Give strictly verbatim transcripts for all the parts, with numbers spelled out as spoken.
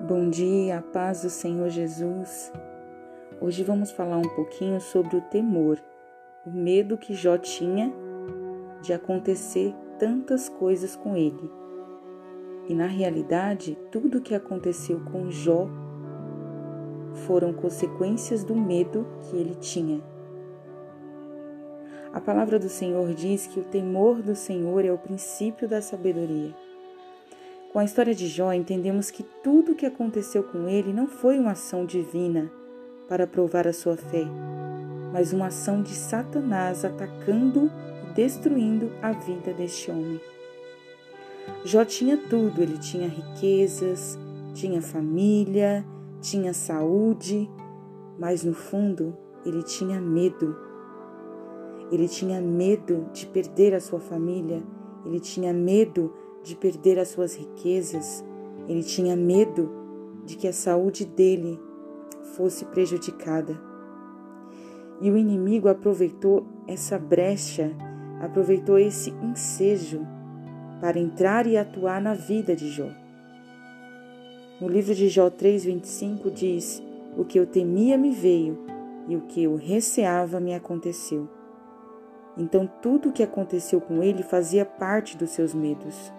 Bom dia, a paz do Senhor Jesus. Hoje vamos falar um pouquinho sobre o temor, o medo que Jó tinha de acontecer tantas coisas com ele. E na realidade, tudo o que aconteceu com Jó foram consequências do medo que ele tinha. A palavra do Senhor diz que o temor do Senhor é o princípio da sabedoria. Com a história de Jó, entendemos que tudo o que aconteceu com ele não foi uma ação divina para provar a sua fé, mas uma ação de Satanás atacando e destruindo a vida deste homem. Jó tinha tudo, ele tinha riquezas, tinha família, tinha saúde, mas no fundo ele tinha medo. Ele tinha medo de perder a sua família, ele tinha medo de perder as suas riquezas, ele tinha medo de que a saúde dele fosse prejudicada. E o inimigo aproveitou essa brecha, aproveitou esse ensejo para entrar e atuar na vida de Jó. No livro de Jó três, vinte e cinco diz: "O que eu temia me veio, e o que eu receava me aconteceu." Então tudo o que aconteceu com ele fazia parte dos seus medos.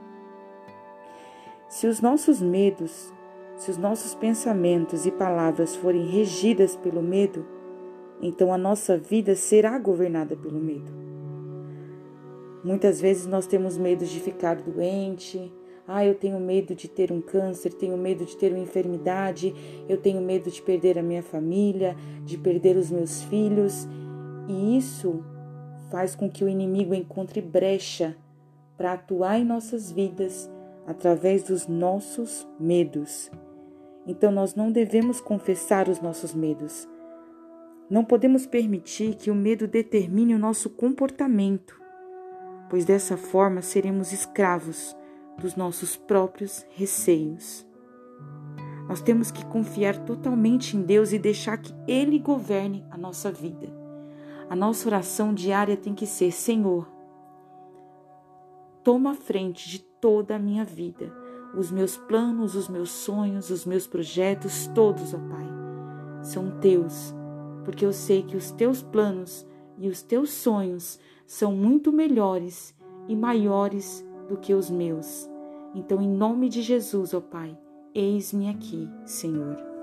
Se os nossos medos, se os nossos pensamentos e palavras forem regidas pelo medo, então a nossa vida será governada pelo medo. Muitas vezes nós temos medo de ficar doente. Ah, eu tenho medo de ter um câncer, tenho medo de ter uma enfermidade, eu tenho medo de perder a minha família, de perder os meus filhos. E isso faz com que o inimigo encontre brecha para atuar em nossas vidas através dos nossos medos. Então nós não devemos confessar os nossos medos. Não podemos permitir que o medo determine o nosso comportamento, pois dessa forma seremos escravos dos nossos próprios receios. Nós temos que confiar totalmente em Deus e deixar que Ele governe a nossa vida. A nossa oração diária tem que ser: Senhor, toma a frente de toda a minha vida, os meus planos, os meus sonhos, os meus projetos, todos, ó Pai, são teus, porque eu sei que os teus planos e os teus sonhos são muito melhores e maiores do que os meus. Então, em nome de Jesus, ó Pai, eis-me aqui, Senhor.